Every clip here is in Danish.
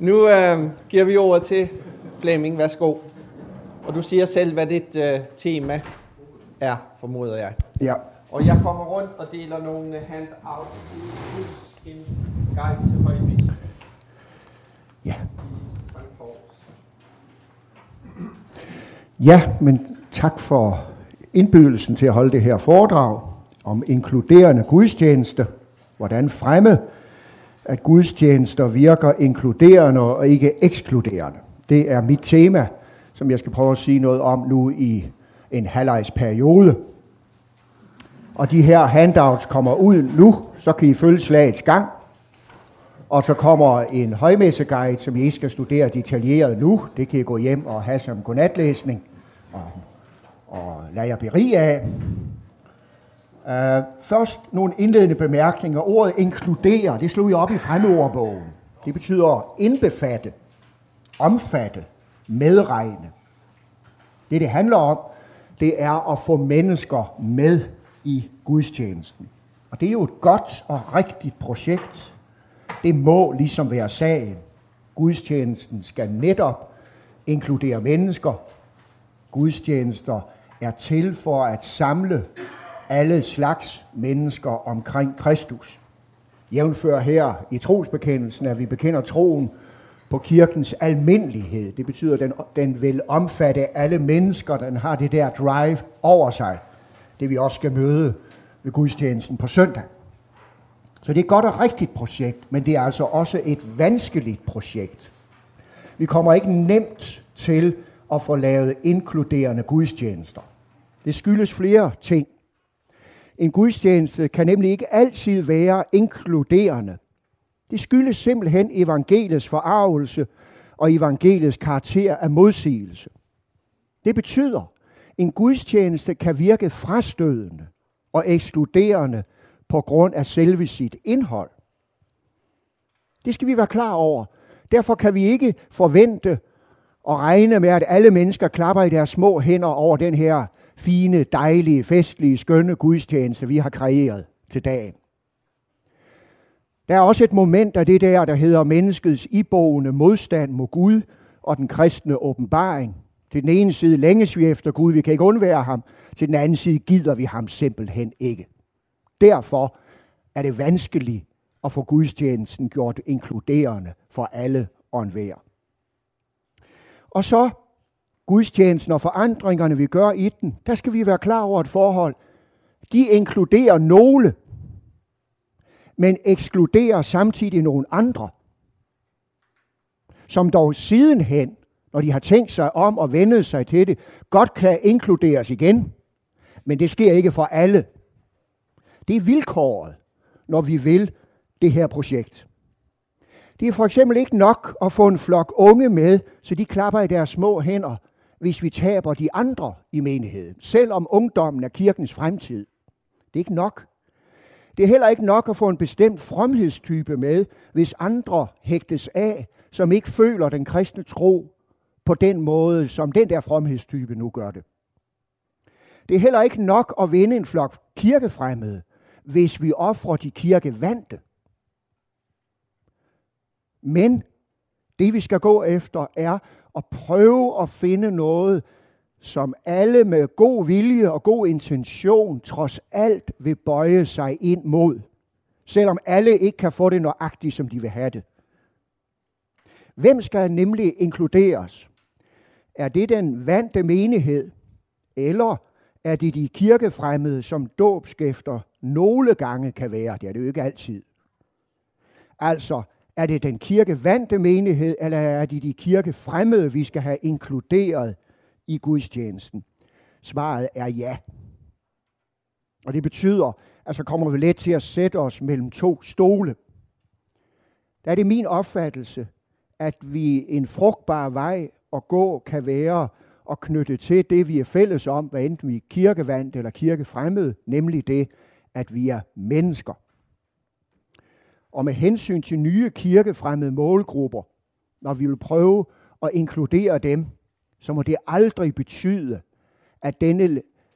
Nu giver vi ordet til Flemming. Værsgo. Og du siger selv, hvad dit tema er, formoder jeg. Ja. Og jeg kommer rundt og deler nogle handouts plus en guide til højvis. Ja. Ja, men tak for indbydelsen til at holde det her foredrag om inkluderende gudstjeneste. Hvordan fremme, at gudstjenester virker inkluderende og ikke ekskluderende. Det er mit tema, som jeg skal prøve at sige noget om nu i en halvlejsperiode. Og de her handouts kommer ud nu, så kan I følge slagets gang. Og så kommer en højmesseguide, som I ikke skal studere detaljeret nu. Det kan I gå hjem og have som godnatlæsning og lade jer berige af. Først nogle indledende bemærkninger. Ordet inkludere, det slog jeg op i fremmedordbogen. Det betyder indbefatte, omfatte, medregne. Det handler om, det er at få mennesker med i gudstjenesten. Og det er jo et godt og rigtigt projekt. Det må ligesom være sagen. Gudstjenesten skal netop inkludere mennesker. Gudstjenester er til for at samle alle slags mennesker omkring Kristus. Jævnfør her i trosbekendelsen, at vi bekender troen på kirkens almindelighed. Det betyder, at den vil omfatte alle mennesker, den har det der drive over sig. Det vi også skal møde ved gudstjenesten på søndag. Så det er et godt og rigtigt projekt, men det er altså også et vanskeligt projekt. Vi kommer ikke nemt til at få lavet inkluderende gudstjenester. Det skyldes flere ting. En gudstjeneste kan nemlig ikke altid være inkluderende. Det skyldes simpelthen evangeliets forargelse og evangeliets karakter af modsigelse. Det betyder, at en gudstjeneste kan virke frastødende og ekskluderende på grund af selve sit indhold. Det skal vi være klar over. Derfor kan vi ikke forvente og regne med, at alle mennesker klapper i deres små hænder over den her fine, dejlige, festlige, skønne gudstjeneste, vi har kreeret til dagen. Der er også et moment af det der hedder menneskets iboende modstand mod Gud og den kristne åbenbaring. Til den ene side længes vi efter Gud, vi kan ikke undvære ham. Til den anden side gider vi ham simpelthen ikke. Derfor er det vanskeligt at få gudstjenesten gjort inkluderende for alle og enhver. Og så gudstjenesten og forandringerne, vi gør i den, der skal vi være klar over et forhold. De inkluderer nogle, men ekskluderer samtidig nogle andre, som dog sidenhen, når de har tænkt sig om og vendet sig til det, godt kan inkluderes igen. Men det sker ikke for alle. Det er vilkåret, når vi vil det her projekt. Det er for eksempel ikke nok at få en flok unge med, så de klapper i deres små hænder, hvis vi taber de andre i menigheden, selvom ungdommen er kirkens fremtid. Det er ikke nok. Det er heller ikke nok at få en bestemt fromhedstype med, hvis andre hægtes af, som ikke føler den kristne tro på den måde, som den der fromhedstype nu gør det. Det er heller ikke nok at vinde en flok kirkefremmede, hvis vi ofrer de kirkevante. Men det vi skal gå efter er at prøve at finde noget, som alle med god vilje og god intention trods alt vil bøje sig ind mod, selvom alle ikke kan få det nøjagtigt, som de vil have det. Hvem skal nemlig inkluderes? Er det den vante menighed, eller er det de kirkefremmede, som dåbsskifter nogle gange kan være? Det er det jo ikke altid. Altså, er det den kirkevante menighed, eller er det de kirkefremmede, vi skal have inkluderet i gudstjenesten? Svaret er ja. Og det betyder, at så kommer vi let til at sætte os mellem to stole. Der er det min opfattelse, at vi en frugtbar vej at gå kan være at knytte til det, vi er fælles om, hvad enten vi er kirkevant eller kirkefremmede, nemlig det, at vi er mennesker. Og med hensyn til nye kirkefremmede målgrupper, når vi vil prøve at inkludere dem, så må det aldrig betyde, at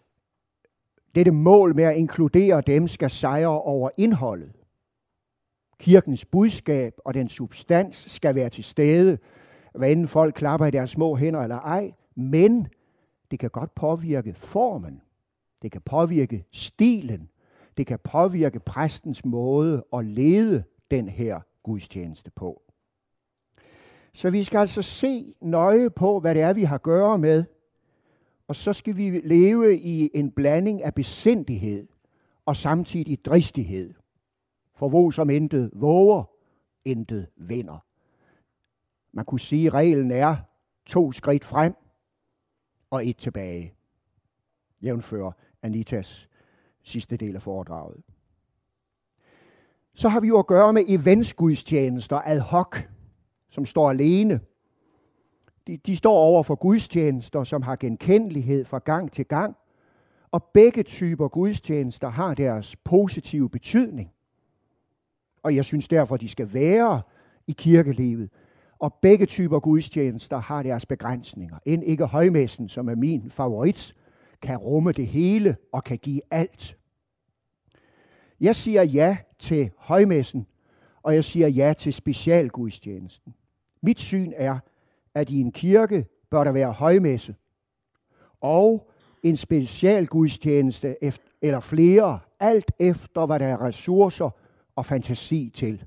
dette mål med at inkludere dem skal sejre over indholdet. Kirkens budskab og den substans skal være til stede, hvad enten folk klapper i deres små hænder eller ej, men det kan godt påvirke formen. Det kan påvirke stilen. Det kan påvirke præstens måde at lede den her gudstjeneste på. Så vi skal altså se nøje på, hvad det er, vi har at gøre med. Og så skal vi leve i en blanding af besindighed og samtidig dristighed. For hvor som intet våger, intet vinder. Man kunne sige, at reglen er 2 skridt frem og 1 tilbage. Jævnfør Anitas sidste del af foredraget. Så har vi jo at gøre med eventsgudstjenester ad hoc, som står alene. De står over for gudstjenester, som har genkendelighed fra gang til gang, og begge typer gudstjenester har deres positive betydning. Og jeg synes derfor, de skal være i kirkelivet. Og begge typer gudstjenester har deres begrænsninger. End ikke højmessen, som er min favorit, kan rumme det hele og kan give alt. Jeg siger ja til højmessen, og jeg siger ja til specialgudstjenesten. Mit syn er, at i en kirke bør der være højmesse og en specialgudstjeneste eller flere, alt efter hvad der er ressourcer og fantasi til.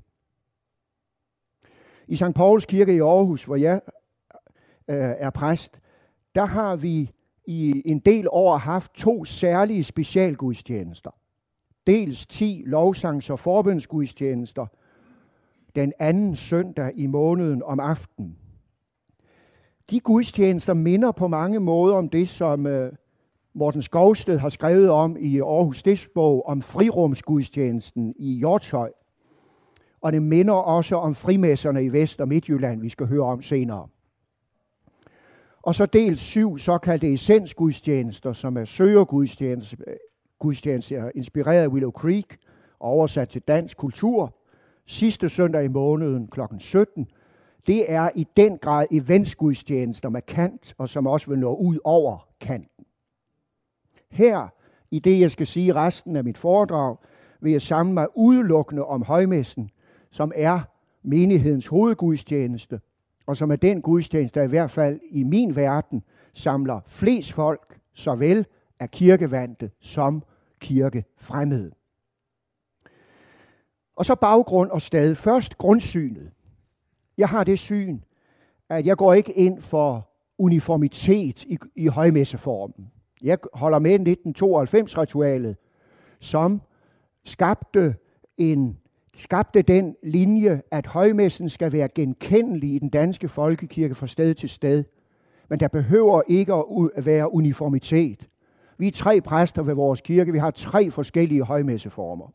I St. Pauls Kirke i Aarhus, hvor jeg er præst, der har vi i en del år haft 2 særlige specialgudstjenester. Dels 10 lovsangs- og forbønsgudstjenester den anden søndag i måneden om aftenen. De gudstjenester minder på mange måder om det, som Morten Skovsted har skrevet om i Aarhus Stiftsbog om frirumsgudstjenesten i Hjortshøj. Og det minder også om frimesserne i Vest- og Midtjylland, vi skal høre om senere. Og så dels 7 såkaldte essensgudstjenester, som er søgergudstjenester inspireret af Willow Creek og oversat til dansk kultur. Sidste søndag i måneden kl. 17. Det er i den grad eventsgudstjenester med kant, og som også vil nå ud over kanten. Her, i det jeg skal sige resten af mit foredrag, vil jeg samle mig udelukkende om højmessen, som er menighedens hovedgudstjeneste, og som er den gudstjeneste, der i hvert fald i min verden samler flest folk, såvel af kirkevante som kirkefremmede. Og så baggrund og sted. Først grundsynet. Jeg har det syn, at jeg går ikke ind for uniformitet i højmesseformen. Jeg holder med 1992-ritualet, som skabte den linje, at højmessen skal være genkendelig i den danske folkekirke fra sted til sted. Men der behøver ikke at være uniformitet. Vi er 3 præster ved vores kirke. Vi har 3 forskellige højmesseformer.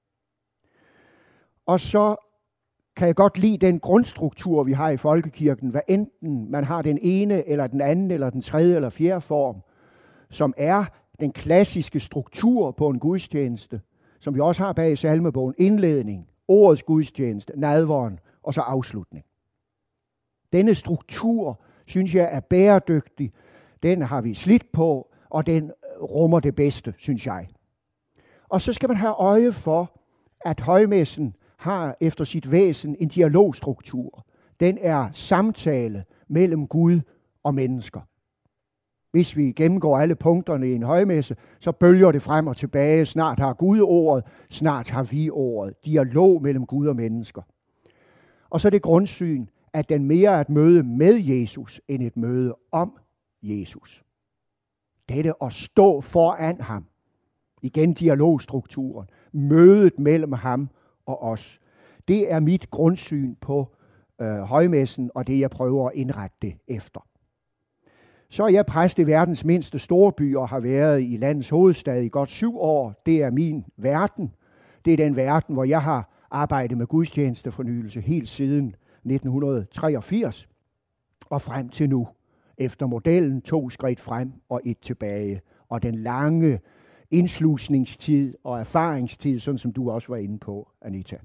Og så kan jeg godt lide den grundstruktur, vi har i folkekirken, hvad enten man har den ene, eller den anden, eller den tredje, eller fjerde form, som er den klassiske struktur på en gudstjeneste, som vi også har bag i salmebogen: indledning, ordets gudstjeneste, nadveren og så afslutning. Denne struktur, synes jeg, er bæredygtig. Den har vi slidt på, og den rummer det bedste, synes jeg. Og så skal man have øje for, at højmessen har efter sit væsen en dialogstruktur. Den er samtale mellem Gud og mennesker. Hvis vi gennemgår alle punkterne i en højmesse, så bølger det frem og tilbage. Snart har Gud ordet, snart har vi ordet. Dialog mellem Gud og mennesker. Og så det grundsyn, at den mere er et møde med Jesus, end et møde om Jesus. Dette at stå foran ham. Igen dialogstrukturen. Mødet mellem ham og os. Det er mit grundsyn på højmessen, og det jeg prøver at indrette det efter. Så er jeg præst i verdens mindste storby og har været i landets hovedstad i godt 7 år. Det er min verden. Det er den verden, hvor jeg har arbejdet med gudstjenestefornyelse helt siden 1983 og frem til nu. Efter modellen 2 skridt frem og 1 tilbage. Og den lange indslusningstid og erfaringstid, sådan som du også var inde på, Anita.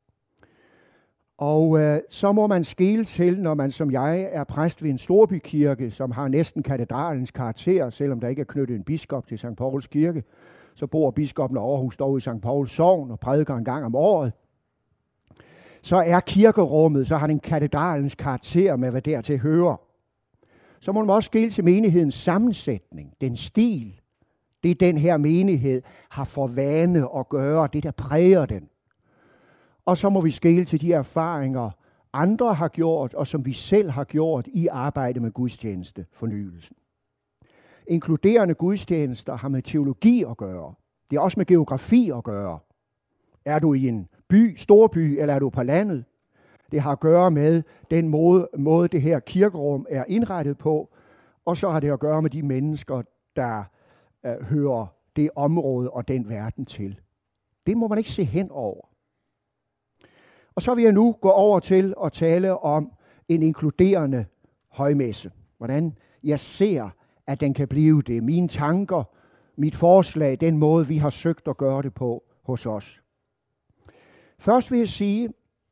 Og så må man skele til, når man som jeg er præst ved en storbykirke, som har næsten katedralens karakter, selvom der ikke er knyttet en biskop til St. Pauls Kirke, så bor biskoppen af Aarhus dog i St. Pauls Sogn og prædiker en gang om året. så er kirkerummet, så har den katedralens karakter med, hvad dertil hører. Så må man også skele til menighedens sammensætning, den stil. Det den her menighed har for vane at gøre, det der præger den. Og så må vi skele til de erfaringer, andre har gjort, og som vi selv har gjort i arbejde med gudstjeneste fornyelsen. Inkluderende gudstjenester har med teologi at gøre. Det er også med geografi at gøre. Er du i en by, storby, eller er du på landet? Det har at gøre med den måde det her kirkerum er indrettet på, og så har det at gøre med de mennesker, der hører det område og den verden til. Det må man ikke se hen over. Og så vil jeg nu gå over til at tale om en inkluderende højmesse. Hvordan jeg ser, at den kan blive det. Mine tanker, mit forslag, den måde, vi har søgt at gøre det på hos os. Først vil jeg sige,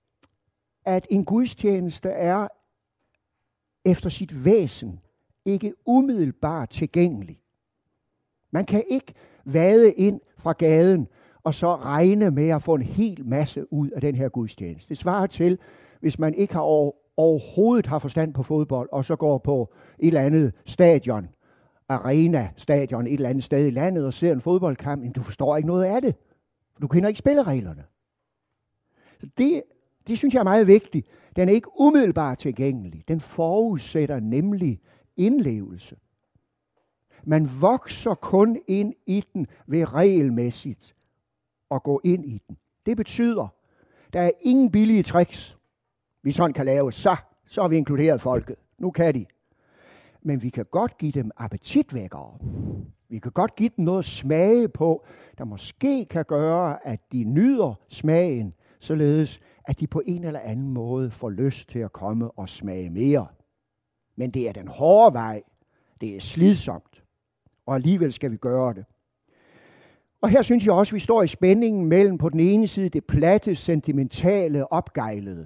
at en gudstjeneste er efter sit væsen ikke umiddelbart tilgængelig. Man kan ikke vade ind fra gaden og så regne med at få en hel masse ud af den her gudstjeneste. Det svarer til, hvis man ikke har overhovedet har forstand på fodbold, og så går på et eller andet stadion, arena-stadion et eller andet sted i landet og ser en fodboldkamp, men du forstår ikke noget af det. Du kender ikke spillereglerne. Så det synes jeg er meget vigtigt. Den er ikke umiddelbart tilgængelig. Den forudsætter nemlig indlevelse. Man vokser kun ind i den ved regelmæssigt at gå ind i den. Det betyder, der er ingen billige tricks, vi sådan kan lave. Så har vi inkluderet folket. Nu kan de. Men vi kan godt give dem appetitvækkere. Vi kan godt give dem noget at smage på, der måske kan gøre, at de nyder smagen, således at de på en eller anden måde får lyst til at komme og smage mere. Men det er den hårde vej. Det er slidsomt. Og alligevel skal vi gøre det. Og her synes jeg også, at vi står i spændingen mellem på den ene side det platte, sentimentale, opgejlede,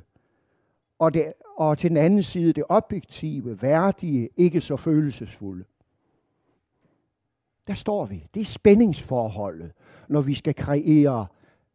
og til den anden side det objektive, værdige, ikke så følelsesfulde. Der står vi. Det er spændingsforholdet, når vi skal kreere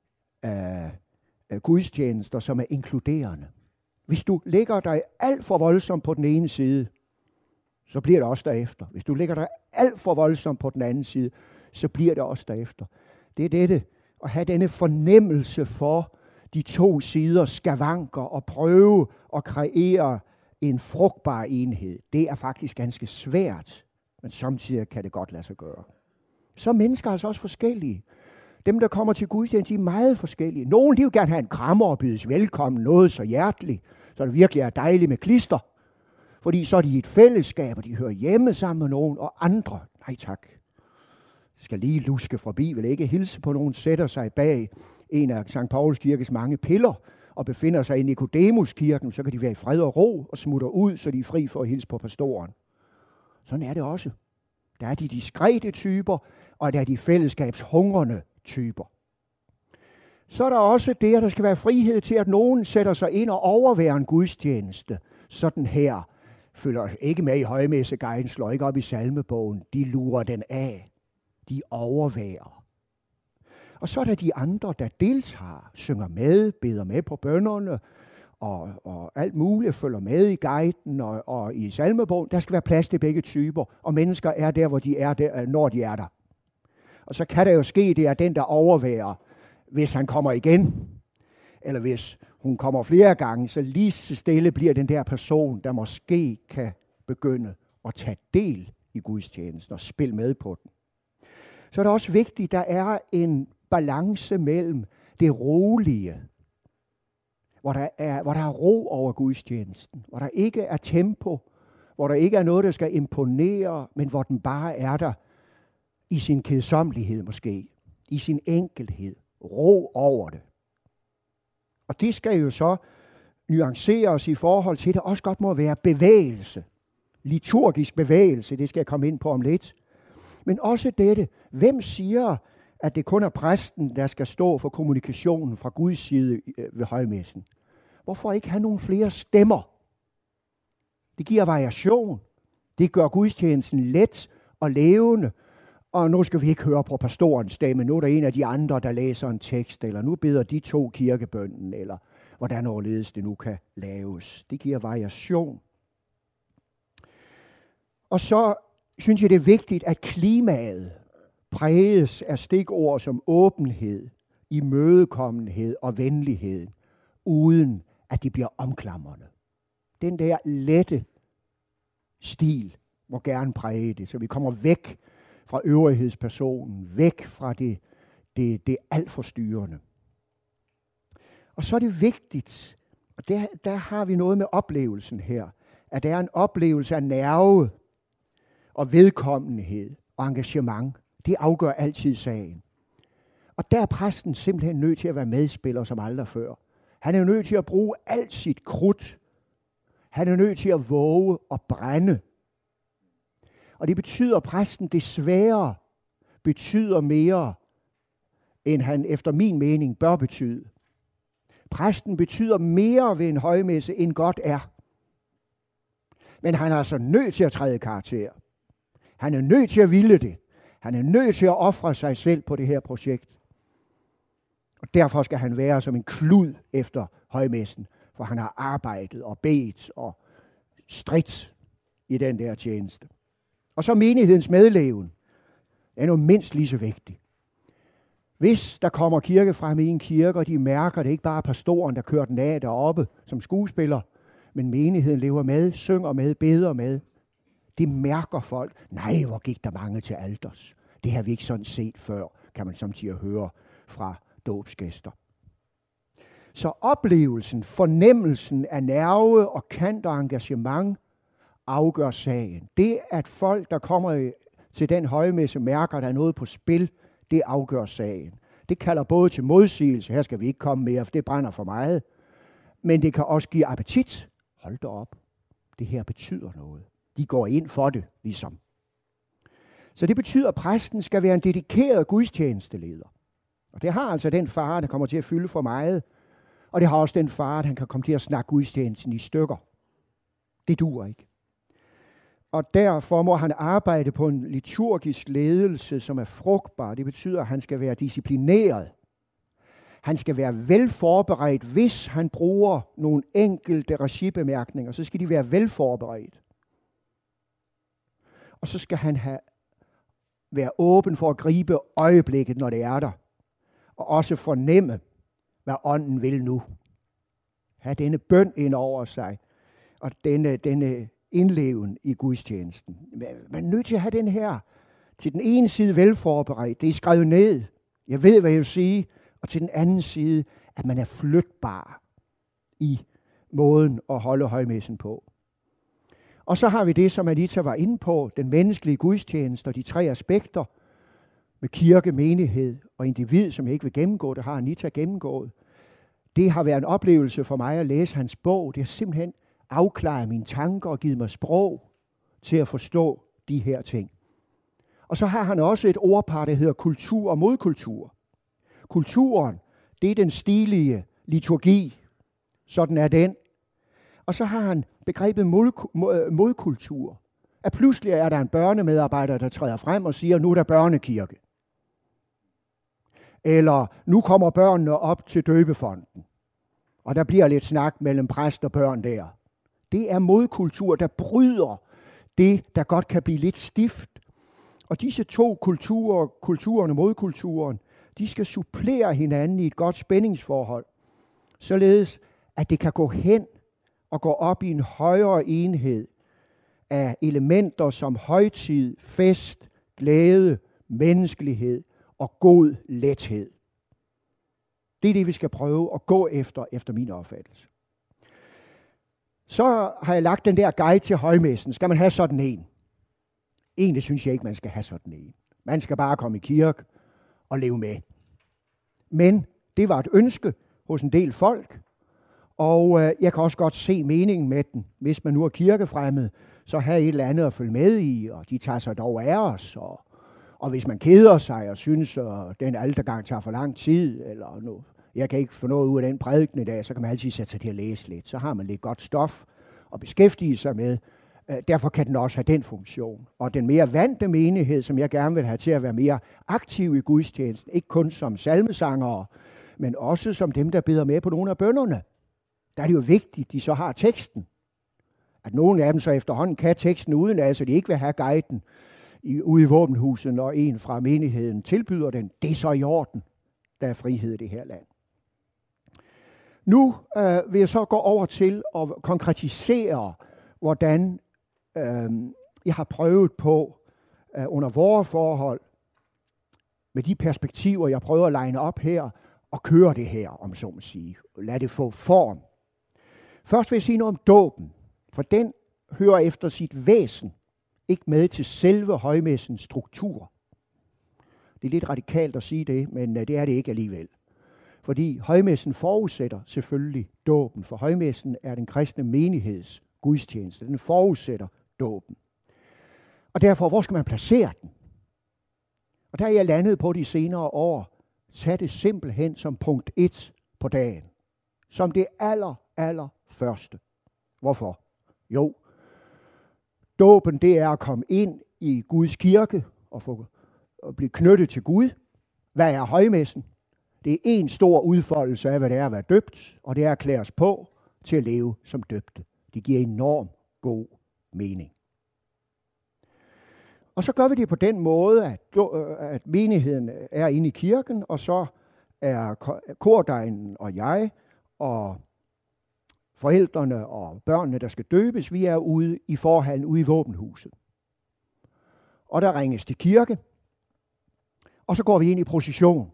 gudstjenester, som er inkluderende. Hvis du lægger dig alt for voldsomt på den ene side, så bliver det også derefter. Hvis du lægger dig alt for voldsomt på den anden side, så bliver det også derefter. Det er dette, at have denne fornemmelse for de to sider skavanker og prøve at kreere en frugtbar enhed. Det er faktisk ganske svært, men samtidig kan det godt lade sig gøre. Så mennesker er altså også forskellige. Dem, der kommer til gudstjeneste, de er meget forskellige. Nogle, de vil gerne have en krammer og bydes velkommen, noget så hjerteligt, så det virkelig er dejligt med klister. Fordi så er de i et fællesskab, og de hører hjemme sammen med nogen, og andre, nej tak. De skal lige luske forbi, vil ikke hilse på nogen, sætter sig bag en af Sankt Pauls kirkes mange piller, og befinder sig i Nikodemus-kirken, så kan de være i fred og ro, og smutter ud, så de er fri for at hilse på pastoren. Sådan er det også. Der er de diskrete typer, og der er de fællesskabshungrende typer. Så er der også det, at der skal være frihed til, at nogen sætter sig ind og overværer en gudstjeneste. Sådan her følger ikke med i højmesseguiden, slår ikke op i salmebogen. De lurer den af. De overværer. Og så er der de andre, der deltager, synger med, beder med på bønnerne, og alt muligt følger med i guiden og i salmebogen. Der skal være plads til begge typer, og mennesker er der, hvor de er der, når de er der. Og så kan der jo ske, det er den, der overværer, hvis han kommer igen, eller hvis hun kommer flere gange, så lige så stille bliver den der person, der måske kan begynde at tage del i gudstjenesten og spille med på den. Så er det også vigtigt, at der er en balance mellem det rolige, hvor der er ro over gudstjenesten, hvor der ikke er tempo, hvor der ikke er noget, der skal imponere, men hvor den bare er der i sin kedsommelighed måske, i sin enkelhed, ro over det. Og det skal jo så nuanceres i forhold til, at det også godt må være bevægelse, liturgisk bevægelse, det skal jeg komme ind på om lidt. Men også dette, hvem siger, at det kun er præsten, der skal stå for kommunikationen fra Guds side ved højmessen? Hvorfor ikke have nogle flere stemmer? Det giver variation. Det gør gudstjenesten let og levende. Og nu skal vi ikke høre på pastorens stemme. Nu er der en af de andre, der læser en tekst, eller nu beder de to kirkebønnen, eller hvordan overledes det nu kan laves. Det giver variation. Og så synes jeg, det er vigtigt, at klimaet præges af stikord som åbenhed, imødekommenhed og venlighed, uden at de bliver omklamrende. Den der lette stil må gerne præge det, så vi kommer væk fra øvrighedspersonen, væk fra det alt for styrende. Og så er det vigtigt, og der har vi noget med oplevelsen her, at der er en oplevelse af nerve og vedkommenhed og engagement. Det afgør altid sagen. Og der er præsten simpelthen nødt til at være medspiller som aldrig før. Han er nødt til at bruge alt sit krudt. Han er nødt til at våge og brænde. Og det betyder, at præsten desværre betyder mere, end han efter min mening bør betyde. Præsten betyder mere ved en højmesse, end godt er. Men han er altså nødt til at træde karakter. Han er nødt til at ville det. Han er nødt til at ofre sig selv på det her projekt. Og derfor skal han være som en klud efter højmessen, for han har arbejdet og bedt og stridt i den der tjeneste. Og så menighedens medleven er noget mindst lige så vigtigt. Hvis der kommer kirke frem i en kirke, og de mærker, det ikke bare pastoren, der kører den af deroppe som skuespiller, men menigheden lever med, synger med, beder med. Det mærker folk. Nej, hvor gik der mange til alters. Det har vi ikke sådan set før, kan man samtidig høre fra dåbsgæster. Så oplevelsen, fornemmelsen af nerve og kant og engagement afgør sagen. Det, at folk, der kommer til den højmesse, mærker, at der er noget på spil, det afgør sagen. Det kalder både til modsigelse, her skal vi ikke komme mere, for det brænder for meget, men det kan også give appetit. Hold da op, det her betyder noget. De går ind for det, ligesom. Så det betyder, at præsten skal være en dedikeret gudstjenesteleder. Og det har altså den fare, der kommer til at fylde for meget, og det har også den fare, at han kan komme til at snakke gudstjenesten i stykker. Det duer ikke. Og derfor må han arbejde på en liturgisk ledelse, som er frugtbar. Det betyder, at han skal være disciplineret. Han skal være velforberedt, hvis han bruger nogle enkelte regibemærkninger, så skal de være velforberedt. Og så skal han være åben for at gribe øjeblikket, når det er der. Og også fornemme, hvad ånden vil nu. Ha' denne bøn ind over sig, og denne indleven i gudstjenesten. Man er nødt til at have den her, til den ene side velforberedt, det er skrevet ned, jeg ved, hvad jeg vil sige, og til den anden side, at man er flytbar i måden at holde højmessen på. Og så har vi det, som Anita var inde på, den menneskelige gudstjeneste og de tre aspekter med kirke, menighed og individ, som jeg ikke vil gennemgå, det har Anita gennemgået. Det har været en oplevelse for mig at læse hans bog. Det har simpelthen afklaret mine tanker og givet mig sprog til at forstå de her ting. Og så har han også et ordpar, der hedder kultur og modkultur. Kulturen, det er den stilige liturgi. Sådan er den. Og så har han begrebet modkultur. At pludselig er der en børnemedarbejder, der træder frem og siger, nu er der børnekirke. Eller nu kommer børnene op til døbefonden. Og der bliver lidt snak mellem præst og børn der. Det er modkultur, der bryder det, der godt kan blive lidt stift. Og disse to kulturer, kulturen og modkulturen, de skal supplere hinanden i et godt spændingsforhold. Således, at det kan gå hen og gå op i en højere enhed af elementer som højtid, fest, glæde, menneskelighed og god lethed. Det er det, vi skal prøve at gå efter min opfattelse. Så har jeg lagt den der guide til højmessen. Skal man have sådan en? Egentlig synes jeg ikke, man skal have sådan en. Man skal bare komme i kirke og leve med. Men det var et ønske hos en del folk, og jeg kan også godt se meningen med den. Hvis man nu er kirkefremmed, så have et eller andet at følge med i, og de tager sig dog af os. Og hvis man keder sig og synes, at den altergang tager for lang tid, eller noget, jeg kan ikke få noget ud af den prædiken i dag, så kan man altid sætte sig til at læse lidt. Så har man lidt godt stof at beskæftige sig med. Derfor kan den også have den funktion. Og den mere vante menighed, som jeg gerne vil have til at være mere aktiv i gudstjenesten, ikke kun som salmesangere, men også som dem, der beder med på nogle af bønnerne. der er det jo vigtigt, at de så har teksten. At nogle af dem så efterhånden kan teksten uden, altså de ikke vil have guiden ude i våbenhuset, når en fra menigheden tilbyder den. Det er så i orden. Der er frihed i det her land. Nu vil jeg så gå over til at konkretisere, hvordan jeg har prøvet på under vores forhold, med de perspektiver, jeg prøver at line op her, og køre det her, om så må sige. Lad det få form. Først vil jeg sige noget om dåben, for den hører efter sit væsen ikke med til selve højmessens struktur. Det er lidt radikalt at sige det, men det er det ikke alligevel. Fordi højmessen forudsætter selvfølgelig dåben, for højmessen er den kristne menigheds gudstjeneste. Den forudsætter dåben. Og derfor, hvor skal man placere den? Og der er jeg landet på de senere år, tag det simpelthen som punkt 1 på dagen. Som det aller første. Hvorfor? Jo, dåben det er at komme ind i Guds kirke og at blive knyttet til Gud. Hvad er højmessen? Det er en stor udfoldelse af, hvad det er at være døbt, og det er at klæde os på til at leve som døbte. Det giver enormt god mening. Og så gør vi det på den måde, at menigheden er inde i kirken, og så er kordegnen og jeg og forældrene og børnene, der skal døbes, vi er ude i forhallen, ude i våbenhuset. Og der ringes til kirke, og så går vi ind i procession.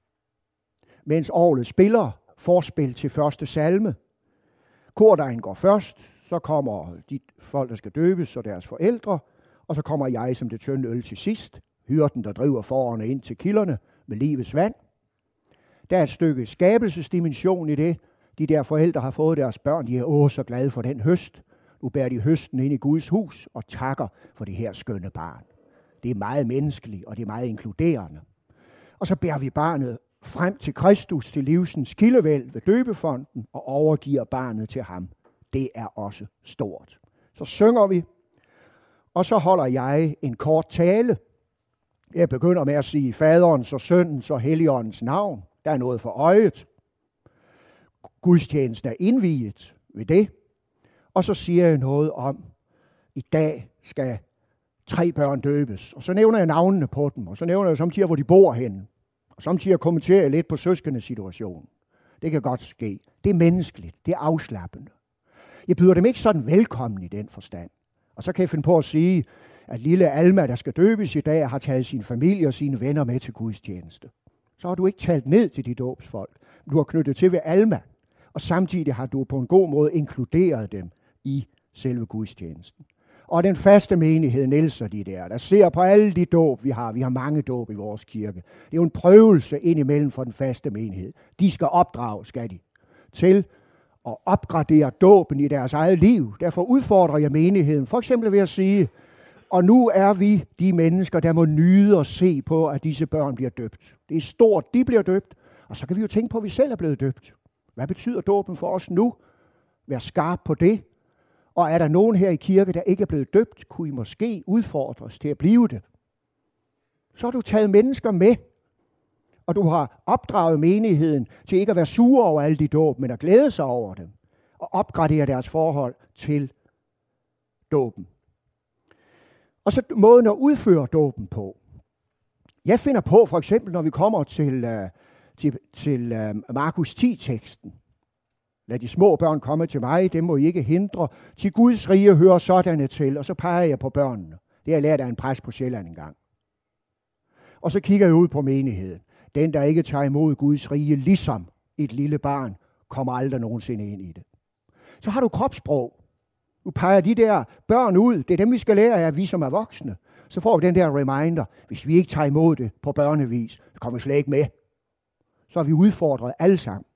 Mens orglet spiller forspil til første salme. Kordegnen går først, så kommer de folk, der skal døbes, og deres forældre, og så kommer jeg som det tynde øl til sidst, hyrden, der driver forerne ind til kilderne med livets vand. Der er et stykke skabelsesdimension i det. De der forældre har fået deres børn, de er så glade for den høst. Nu bærer de høsten ind i Guds hus og takker for det her skønne barn. Det er meget menneskeligt, og det er meget inkluderende. Og så bærer vi barnet frem til Kristus, til livsens kildevæld ved døbefonden, og overgiver barnet til ham. Det er også stort. Så synger vi, og så holder jeg en kort tale. Jeg begynder med at sige faderens og søndens og helligåndens navn. Der er noget for øjet. Gudstjenesten er indviet ved det. Og så siger jeg noget om, i dag skal 3 børn døbes. Og så nævner jeg navnene på dem, og så nævner jeg samtidig, hvor de bor henne. Og samtidig kommenterer jeg lidt på søskendes situation. Det kan godt ske. Det er menneskeligt. Det er afslappende. Jeg byder dem ikke sådan velkommen i den forstand. Og så kan jeg finde på at sige, at lille Alma, der skal døbes i dag, har taget sin familie og sine venner med til gudstjeneste. Så har du ikke talt ned til de dåbsfolk. Du har knyttet til ved Alma, og samtidig har du på en god måde inkluderet dem i selve gudstjenesten. Og den faste menighed nælser de der ser på alle de dåb, vi har. Vi har mange dåb i vores kirke. Det er jo en prøvelse indimellem for den faste menighed. De skal opdrage, skal de, til at opgradere dåben i deres eget liv. Derfor udfordrer jeg menigheden, for eksempel ved at sige, og nu er vi de mennesker, der må nyde og se på, at disse børn bliver døbt. Det er stort, de bliver døbt, og så kan vi jo tænke på, at vi selv er blevet døbt. Hvad betyder dåben for os nu? Vær skarp på det. Og er der nogen her i kirke, der ikke er blevet døbt, kunne I måske udfordres til at blive det. Så har du taget mennesker med, og du har opdraget menigheden til ikke at være sure over alle de dåb, men at glæde sig over dem, og opgradere deres forhold til dåben. Og så måden at udføre dåben på. Jeg finder på, for eksempel, når vi kommer til Markus 10-teksten. Lad de små børn komme til mig, dem må I ikke hindre. Til Guds rige hører sådanne til, og så peger jeg på børnene. Det har jeg lært af en præst på Sjælland engang. Og så kigger jeg ud på menigheden. Den, der ikke tager imod Guds rige, ligesom et lille barn, kommer aldrig nogensinde ind i det. Så har du kropssprog. Du peger de der børn ud. Det er dem, vi skal lære af, vi som er voksne. Så får vi den der reminder. Hvis vi ikke tager imod det på børnevis, så kommer vi slet ikke med. Så er vi udfordret alle sammen.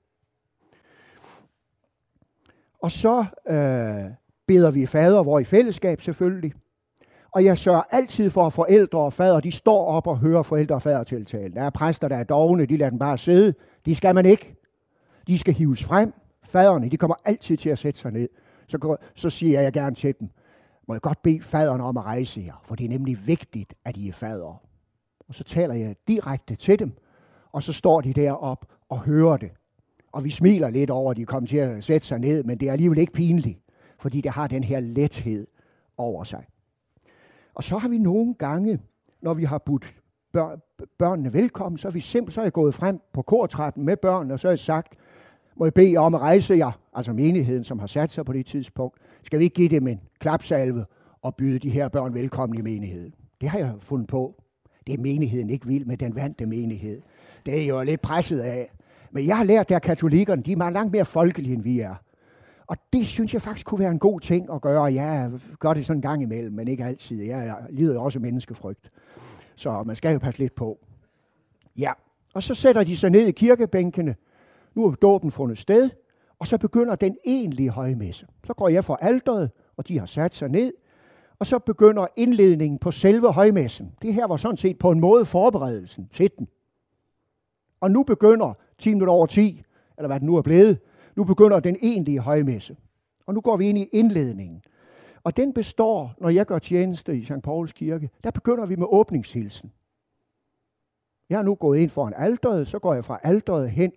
Og så beder vi fader, hvor i fællesskab selvfølgelig. Og jeg sørger altid for, at forældre og fader, de står op og hører forældre og fader tiltale. Der er præster, der er dovne, de lader dem bare sidde. De skal man ikke. De skal hives frem. Faderne, de kommer altid til at sætte sig ned. Så siger jeg gerne til dem, må jeg godt bede faderne om at rejse jer, for det er nemlig vigtigt, at I er fader. Og så taler jeg direkte til dem, og så står de deroppe og hører det. Og vi smiler lidt over, at de kommer til at sætte sig ned, men det er alligevel ikke pinligt, fordi det har den her lethed over sig. Og så har vi nogle gange, når vi har budt børnene velkommen, så er jeg gået frem på kortrappen med børnene, og så har jeg sagt, må jeg bede jer om at rejse jer, altså menigheden, som har sat sig på det tidspunkt, skal vi ikke give dem en klapsalve og byde de her børn velkommen i menigheden? Det har jeg fundet på. Det er menigheden ikke vild med, den vante menighed. Det er jo lidt presset af. Men jeg har lært, at katolikkerne, de er meget langt mere folkelige, end vi er. Og det synes jeg faktisk kunne være en god ting at gøre. Jeg gør det sådan en gang imellem, men ikke altid. Jeg lider jo også af menneskefrygt. Så man skal jo passe lidt på. Ja, og så sætter de sig ned i kirkebænkene. Nu er dåben fundet sted, og så begynder den egentlige højmesse. Så går jeg for alteret, og de har sat sig ned, og så begynder indledningen på selve højmessen. Det her var sådan set på en måde forberedelsen til den. Og nu begynder 10 minutter over 10, eller hvad det nu er blevet, nu begynder den egentlige højmesse. Og nu går vi ind i indledningen. Og den består, når jeg gør tjeneste i St. Pauls Kirke, der begynder vi med åbningshilsen. Jeg er nu gået ind foran alteret, så går jeg fra alteret hen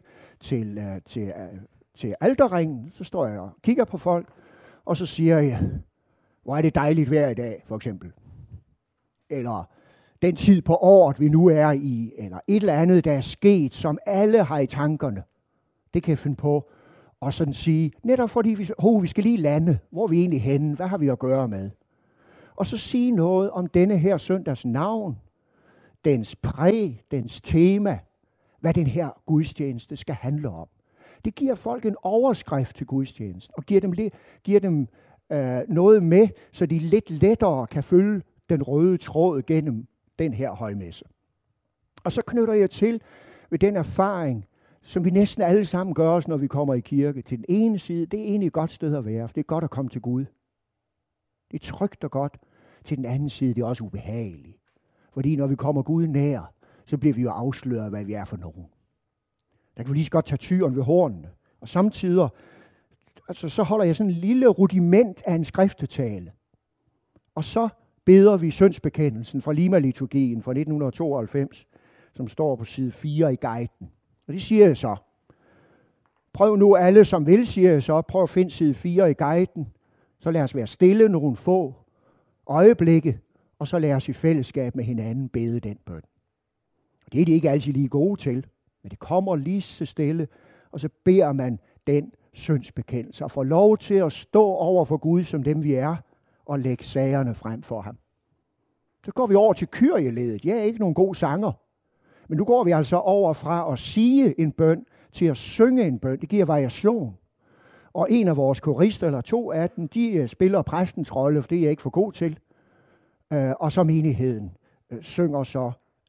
til alterringen, så står jeg og kigger på folk, og så siger jeg, hvor er det dejligt vejr i dag, for eksempel. Eller den tid på året, vi nu er i, eller et eller andet, der er sket, som alle har i tankerne. Det kan jeg finde på og sådan sige, netop fordi vi skal lige lande, hvor er vi egentlig henne, hvad har vi at gøre med? Og så sige noget om denne her søndags navn, dens præg, dens tema, hvad den her gudstjeneste skal handle om. Det giver folk en overskrift til gudstjenesten, og giver dem noget med, så de lidt lettere kan følge den røde tråd gennem den her højmesse. Og så knytter jeg til ved den erfaring, som vi næsten alle sammen gør os, når vi kommer i kirke. Til den ene side, det er egentlig et godt sted at være, for det er godt at komme til Gud. Det er trygt og godt. Til den anden side, det er også ubehageligt. Fordi når vi kommer Gud nær, så bliver vi jo afsløret, hvad vi er for nogen. Der kan vi lige så godt tage tyren ved hornene. Og samtidig, altså, så holder jeg sådan en lille rudiment af en skriftetale. Og så beder vi syndsbekendelsen fra Lima-liturgien fra 1992, som står på side 4 i guiden. Og det siger jeg så. Prøv nu alle, som vil, siger jeg så, prøv at finde side 4 i guiden. Så lad os være stille nogle få øjeblikke, og så lad os i fællesskab med hinanden bede den bøn. Det er de ikke altid lige gode til, men det kommer lige så stille, og så beder man den syndsbekendelse og får lov til at stå over for Gud, som dem vi er, og lægge sagerne frem for ham. Så går vi over til kyrieledet. Jeg er ikke nogen god sanger, men nu går vi altså over fra at sige en bøn til at synge en bøn. Det giver variation. Og en af vores korister, eller 2 af dem, de spiller præstens rolle, for det er jeg ikke for god til. Og så menigheden synger så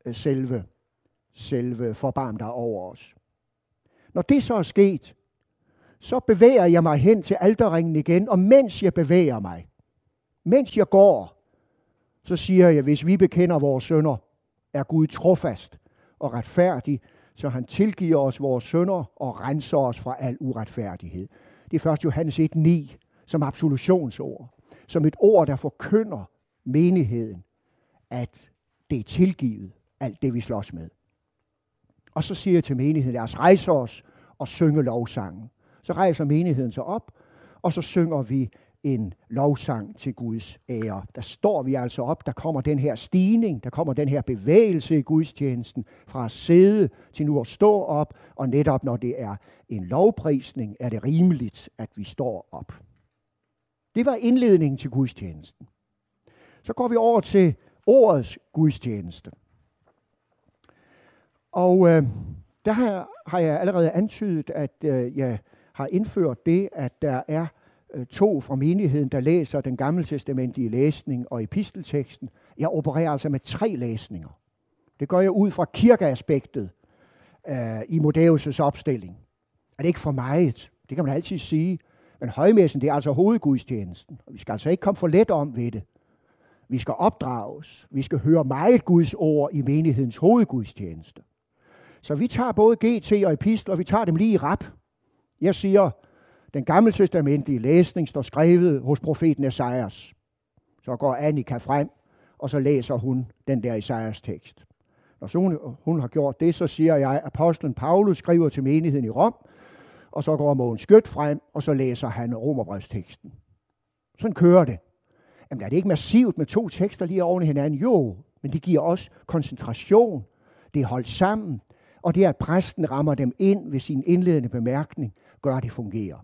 selve forbarm dig over os. Når det så er sket, så bevæger jeg mig hen til alterringen igen, og mens jeg bevæger mig, mens jeg går, så siger jeg, hvis vi bekender vores synder, er Gud trofast og retfærdig, så han tilgiver os vores synder og renser os fra al uretfærdighed. Det er 1. Johannes 1:9 som absolutionsord, som et ord, der forkynder menigheden, at det er tilgivet, alt det vi slås med. Og så siger jeg til menigheden, lad os rejse os og synge lovsangen. Så rejser menigheden sig op, og så synger vi en lovsang til Guds ære. Der står vi altså op, der kommer den her stigning, der kommer den her bevægelse i gudstjenesten, fra at sidde til nu at stå op, og netop når det er en lovprisning, er det rimeligt, at vi står op. Det var indledningen til gudstjenesten. Så går vi over til ordets gudstjeneste. Og der har jeg allerede antydet, at jeg har indført det, at der er 2 fra menigheden, der læser den gammeltestamentlige læsning og epistelteksten. Jeg opererer altså med 3 læsninger. Det gør jeg ud fra kirkeaspektet i Modæus' opstilling. Er det ikke for meget? Det kan man altid sige. Men højmessen, det er altså hovedgudstjenesten. Og vi skal altså ikke komme for let om ved det. Vi skal opdrages. Vi skal høre meget Guds ord i menighedens hovedgudstjeneste. Så vi tager både GT og epistler, og vi tager dem lige i rap. Jeg siger, den gammeltestamentlige læsning står skrevet hos profeten Esajas. Så går Annika frem, og så læser hun den der Esajas tekst. Når så hun har gjort det, så siger jeg, at apostlen Paulus skriver til menigheden i Rom, og så går Mogens Skjødt frem, og så læser han romerbrevsteksten. Sådan kører det. Jamen er det ikke massivt med 2 tekster lige oven i hinanden? Jo, men det giver også koncentration. Det er holdt sammen, og det at præsten rammer dem ind ved sin indledende bemærkning, gør det fungerer.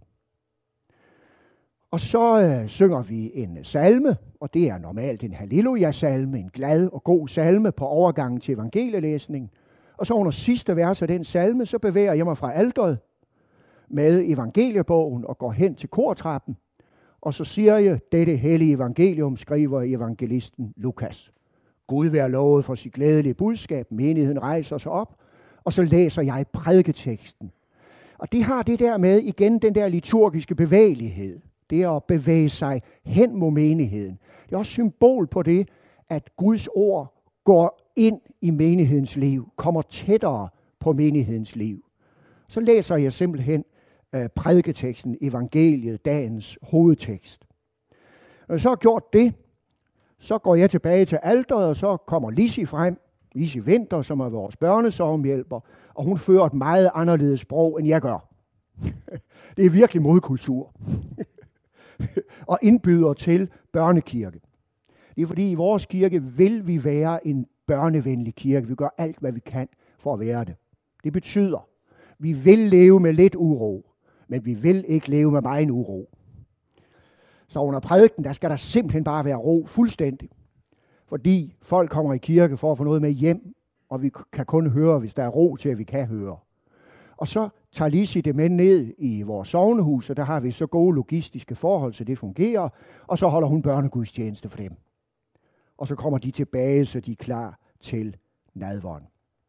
Og så synger vi en salme, og det er normalt en halleluja-salme, en glad og god salme på overgangen til evangelielæsning. Og så under sidste vers af den salme, så bevæger jeg mig fra alteret med evangeliebogen og går hen til kortrappen. Og så siger jeg, dette hellige evangelium skriver evangelisten Lukas. Gud være lovet for sit glædelige budskab, menigheden rejser sig op, og så læser jeg prædiketeksten. Og det har det der med igen den der liturgiske bevægelighed. Det er at bevæge sig hen mod menigheden. Det er også symbol på det, at Guds ord går ind i menighedens liv, kommer tættere på menighedens liv. Så læser jeg simpelthen prædiketeksten, evangeliet, dagens hovedtekst. Når jeg så har gjort det, så går jeg tilbage til alteret, og så kommer Lissi frem. Lissi Vinter, som er vores børnesovnhjælper, og hun fører et meget anderledes sprog, end jeg gør. Det er virkelig modkultur. Og indbyder til børnekirke. Det er fordi i vores kirke vil vi være en børnevenlig kirke. Vi gør alt, hvad vi kan for at være det. Det betyder, vi vil leve med lidt uro, men vi vil ikke leve med meget uro. Så under prædiken, der skal der simpelthen bare være ro fuldstændig. Fordi folk kommer i kirke for at få noget med hjem, og vi kan kun høre, hvis der er ro til, at vi kan høre. Og så tager Lissi det med ned i vores sovnehus, og der har vi så gode logistiske forhold, så det fungerer. Og så holder hun børnegudstjeneste for dem. Og så kommer de tilbage, så de er klar til nadveren.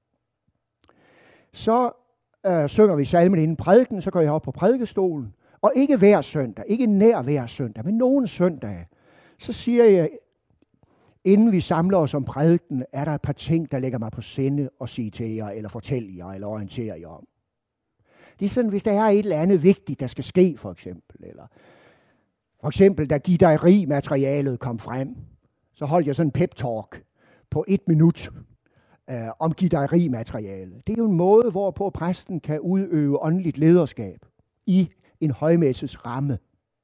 Så synger vi salmen inden prædiken, så går jeg op på prædikestolen. Og ikke hver søndag, ikke nær hver søndag, men nogle søndage, så siger jeg, inden vi samler os om prædiken, er der et par ting, der lægger mig på sinde og sige til jer, eller fortælle jer, eller orientere jer om. Det er sådan, hvis der er et eller andet vigtigt, der skal ske, for eksempel. Eller for eksempel, da Gidari-materialet kom frem, så holdt jeg sådan en pep-talk på 1 minut om Gidari-materialet. Det er jo en måde, hvorpå præsten kan udøve åndeligt lederskab i en højmesses ramme.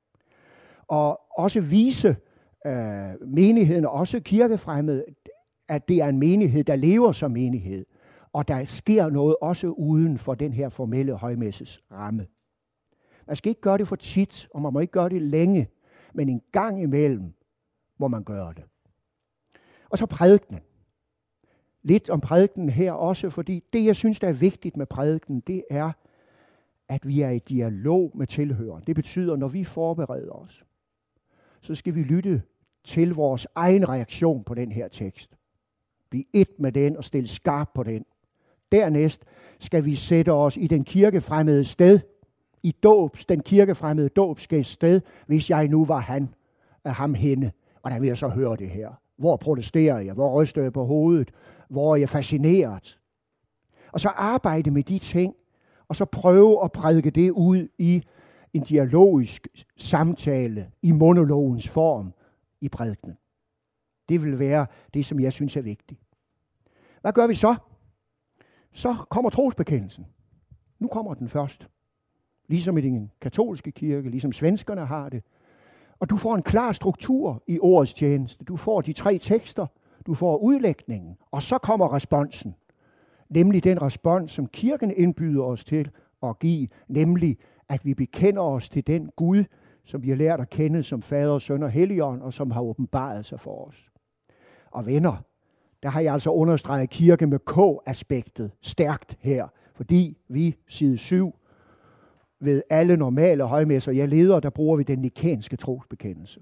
Og også vise menigheden, og også kirkefremmede, at det er en menighed, der lever som menighed. Og der sker noget også uden for den her formelle højmesses ramme. Man skal ikke gøre det for tit, og man må ikke gøre det længe, men en gang imellem må man gøre det. Og så prædikenen. Lidt om prædikenen her også, fordi det, jeg synes, der er vigtigt med prædikenen, det er, at vi er i dialog med tilhøreren. Det betyder, når vi forbereder os, så skal vi lytte til vores egen reaktion på den her tekst. Blive et med den og stille skarp på den. Dernæst skal vi sætte os i den kirkefremmede sted, i den kirkefremmede dåbsgæsts sted, hvis jeg nu var ham hende. Hvordan vil jeg så høre det her? Hvor protesterer jeg? Hvor ryster jeg på hovedet? Hvor er jeg fascineret? Og så arbejde med de ting, og så prøve at prædike det ud i en dialogisk samtale i monologens form i prædikenen. Det vil være det, som jeg synes er vigtigt. Hvad gør vi så? Så kommer trosbekendelsen. Nu kommer den først. Ligesom i den katolske kirke, ligesom svenskerne har det. Og du får en klar struktur i ordets tjeneste. Du får de 3 tekster, du får udlægningen, og så kommer responsen. Nemlig den respons, som kirken indbyder os til at give, nemlig at vi bekender os til den Gud, som vi har lært at kende som Fader, Søn og Helligånd, og som har åbenbaret sig for os. Og venner, der har jeg altså understreget kirke med K-aspektet stærkt her, fordi vi, side 7, ved alle normale højmesser, jeg leder, der bruger vi den nikenske trosbekendelse.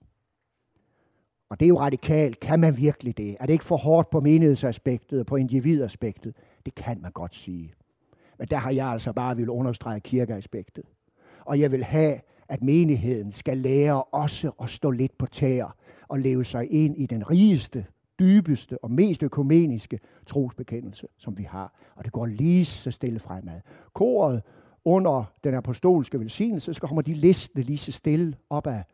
Og det er jo radikalt. Kan man virkelig det? Er det ikke for hårdt på menighedsaspektet og på individaspektet? Det kan man godt sige. Men der har jeg altså bare vil understrege kirkeaspektet. Og jeg vil have, at menigheden skal lære også at stå lidt på tæer og leve sig ind i den rigeste, dybeste og mest økumeniske trosbekendelse, som vi har. Og det går lige så stille fremad. Koret under den apostolske velsignelse, så kommer de listende lige så stille op ad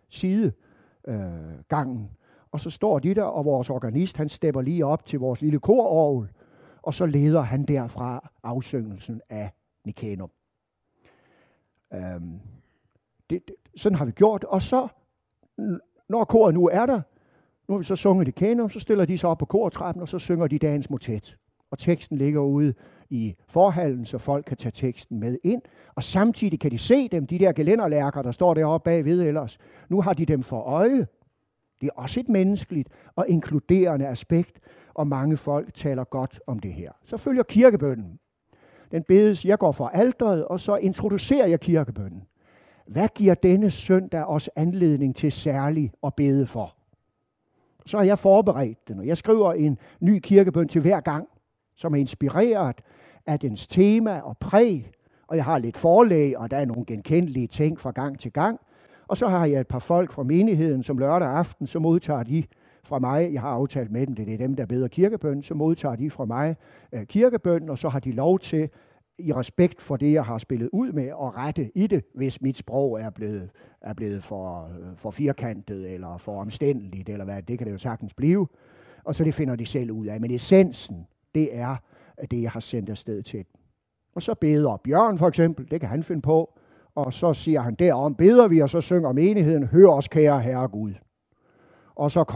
sidegangen. Og så står de der, og vores organist, han stepper lige op til vores lille kororgel, og så leder han derfra afsyngelsen af Nicanum. Sådan har vi gjort. Og så, når koret nu er der, nu har vi så sunget det kanon, så stiller de sig op på kortrappen, og så synger de dagens motet. Og teksten ligger ude i forhallen, så folk kan tage teksten med ind. Og samtidig kan de se dem, de der gelænderlærker, der står deroppe bagved ellers. Nu har de dem for øje. Det er også et menneskeligt og inkluderende aspekt, og mange folk taler godt om det her. Så følger kirkebønnen. Den bedes, jeg går fra alteret, og så introducerer jeg kirkebønnen. Hvad giver denne søndag os anledning til særligt at bede for? Så har jeg forberedt den, og jeg skriver en ny kirkebøn til hver gang, som er inspireret af dens tema og præg, og jeg har lidt forlæg, og der er nogle genkendelige ting fra gang til gang. Og så har jeg et par folk fra menigheden, som lørdag aften, så modtager de fra mig, jeg har aftalt med dem, det er dem, der beder kirkebøn, så modtager de fra mig kirkebøn, og så har de lov til, i respekt for det, jeg har spillet ud med, at rette i det, hvis mit sprog er blevet for firkantet, eller for omstændeligt, eller hvad, det kan det jo sagtens blive. Og så det finder de selv ud af. Men essensen, det er det, jeg har sendt afsted til dem. Og så beder Bjørn for eksempel, det kan han finde på, og så siger han, derom beder vi, og så synger menigheden, hør os kære Herre Gud. Og så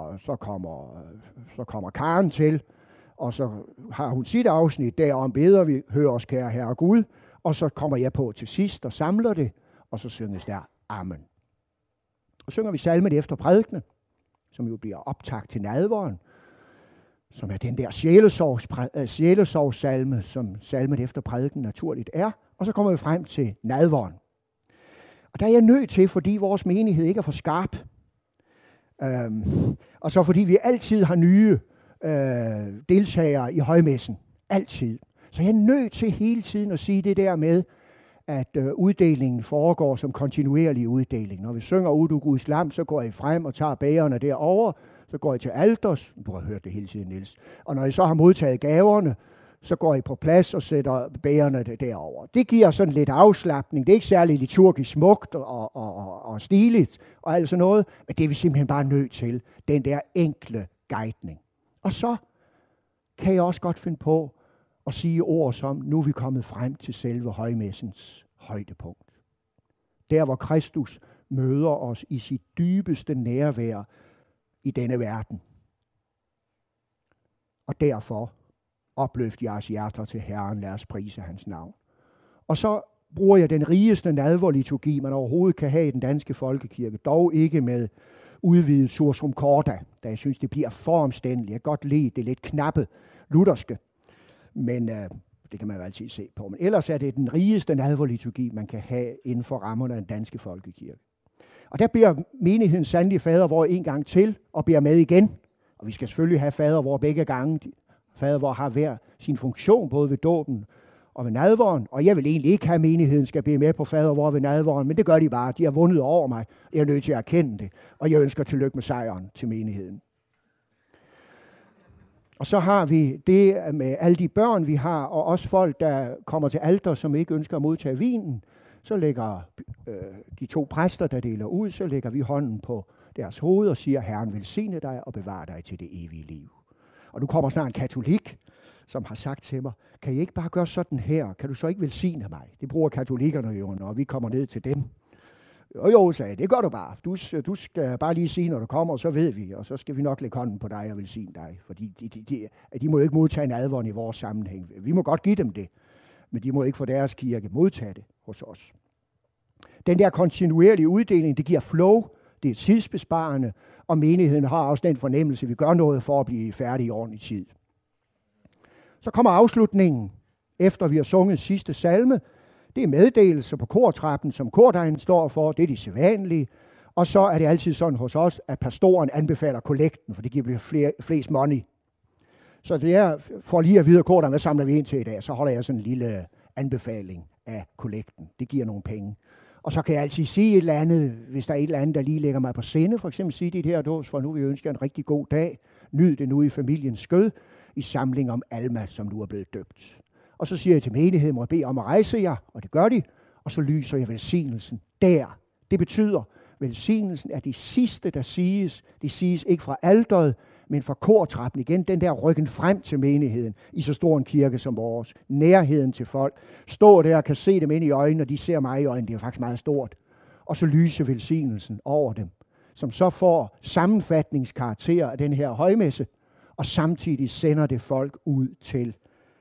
kommer Karen til, og så har hun sit afsnit, derom beder vi, hør os kære Herre Gud, og så kommer jeg på til sidst og samler det, og så synges der Amen. Og synger vi salmen efter prædikene, som jo bliver optakt til nadveren, som er den der sjælesorgssalme, som salmen efter prædiken naturligt er, og så kommer vi frem til nadveren. Og der er jeg nødt til, fordi vores menighed ikke er for skarp, og så fordi vi altid har nye deltagere i højmessen. Altid. Så jeg er nødt til hele tiden at sige det der med, at uddelingen foregår som kontinuerlig uddeling. Når vi synger ud du Guds lam, så går I frem og tager bærerne derover, så går I til alters. Du har hørt det hele tiden, Niels. Og når I så har modtaget gaverne, så går I på plads og sætter bærerne derover. Det giver sådan lidt afslapning. Det er ikke særlig liturgisk smukt og stiligt og alt sådan noget, men det er vi simpelthen bare nødt til. Den der enkle guidning. Og så kan jeg også godt finde på at sige ord som, nu er vi kommet frem til selve højmessens højdepunkt. Der hvor Kristus møder os i sit dybeste nærvær i denne verden. Og derfor opløft jeres hjerter til Herren, lad os prise hans navn. Og så bruger jeg den rigeste nadverliturgi, man overhovedet kan have i den danske folkekirke, dog ikke med udvidet sursum corda, da jeg synes, det bliver for omstændeligt. Jeg kan godt lide det lidt knappe lutherske, men det kan man jo altid se på. Men ellers er det den rigeste nadverliturgi, man kan have inden for rammerne af den danske folkekirke. Og der beder menigheden sandelig fader vor en gang til, og beder med igen. Og vi skal selvfølgelig have fader vor begge gange. Fader vor har hver sin funktion, både ved dåben og ved nadveren. Og jeg vil egentlig ikke have, at menigheden skal bede med på fader vor ved nadveren, men det gør de bare. De har vundet over mig. Jeg er nødt til at erkende det. Og jeg ønsker tillykke med sejren til menigheden. Og så har vi det med alle de børn, vi har, og også folk, der kommer til alter, som ikke ønsker at modtage vinen. Så lægger de to præster, der deler ud, så lægger vi hånden på deres hoved og siger, Herren velsigne dig og bevare dig til det evige liv. Og nu kommer snart en katolik, som har sagt til mig, kan I ikke bare gøre sådan her? Kan du så ikke velsigne mig? Det bruger katolikkerne jo, når vi kommer ned til dem. Jo, sagde jeg, det gør du bare. Du skal bare lige sige, når du kommer, og så ved vi, og så skal vi nok lægge hånden på dig og velsigne dig. Fordi de må jo ikke modtage nadveren i vores sammenhæng. Vi må godt give dem det, men de må ikke for deres kirke modtage det hos os. Den der kontinuerlige uddeling, det giver flow, det er tidsbesparende, og menigheden har også den fornemmelse, at vi gør noget for at blive færdige i ordentlig tid. Så kommer afslutningen, efter vi har sunget sidste salme. Det er meddelelse på kortrappen, som kordejen står for, det er de sædvanlige. Og så er det altid sådan hos os, at pastoren anbefaler kollekten, for det giver flest money. Så det er, for lige at vide kordejen, hvad samler vi ind til i dag, så holder jeg sådan en lille anbefaling af kollekten. Det giver nogle penge. Og så kan jeg altid sige et eller andet, hvis der er et eller andet, der lige lægger mig på sinde. For eksempel sige dit her dås, for nu vil jeg ønske en rigtig god dag. Nyd det nu i familiens skød, i samling om Alma, som nu er blevet døbt. Og så siger jeg til menigheden, må jeg bede om at rejse jer, og det gør de. Og så lyser jeg velsignelsen der. Det betyder, velsignelsen er det sidste, der siges. Det siges ikke fra alteret, men for kortrappen igen, den der rykken frem til menigheden i så stor en kirke som vores. Nærheden til folk. Stå der og kan se dem ind i øjnene, og de ser mig i øjnene. Det er faktisk meget stort. Og så lyse velsignelsen over dem, som så får sammenfatningskarakter af den her højmesse, og samtidig sender det folk ud til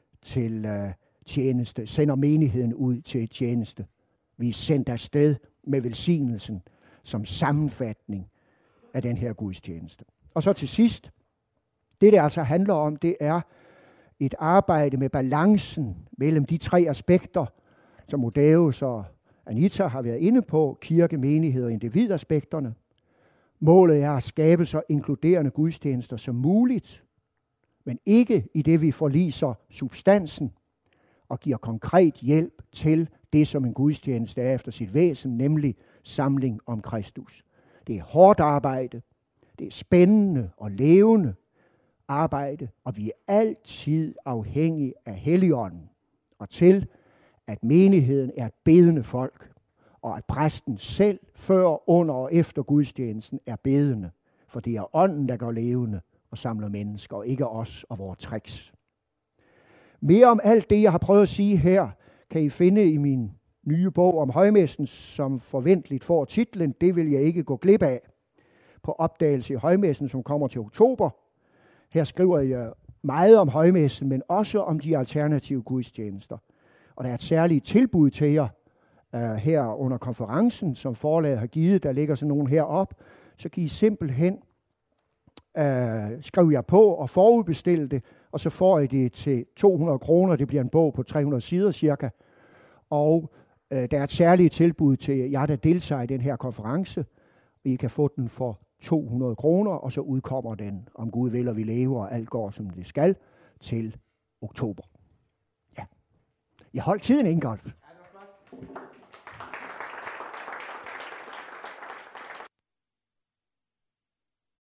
tjeneste, sender menigheden ud til tjeneste. Vi er sendt afsted med velsignelsen som sammenfatning af den her gudstjeneste. Og så til sidst, det altså handler om, det er et arbejde med balancen mellem de tre aspekter, som Odeus og Anita har været inde på, kirke, menighed og individaspekterne. Målet er at skabe så inkluderende gudstjenester som muligt, men ikke i det, vi forliser substansen og giver konkret hjælp til det, som en gudstjeneste er efter sit væsen, nemlig samling om Kristus. Det er hårdt arbejde, det er spændende og levende arbejde, og vi er altid afhængige af Helligånden, og til, at menigheden er et bedende folk, og at præsten selv, før, under og efter gudstjenesten, er bedende, for det er ånden, der går levende og samler mennesker, og ikke os og vores tricks. Mere om alt det, jeg har prøvet at sige her, kan I finde i min nye bog om højmessen, som forventeligt får titlen "Det vil jeg ikke gå glip af", på opdagelse i højmessen, som kommer til oktober. Her skriver jeg meget om højmessen, men også om de alternative gudstjenester. Og der er et særligt tilbud til jer her under konferencen, som forlaget har givet. Der ligger sådan nogen herop. Så kan I simpelthen skrive jer på og forudbestille det, og så får I det til 200 kroner. Det bliver en bog på 300 sider cirka. Og der er et særligt tilbud til jer, der deltager i den her konference. I kan få den for 200 kroner, og så udkommer den, om Gud vil, og vi lever, og alt går, som det skal, til oktober. Ja. Jeg holdt tiden, Ingolf.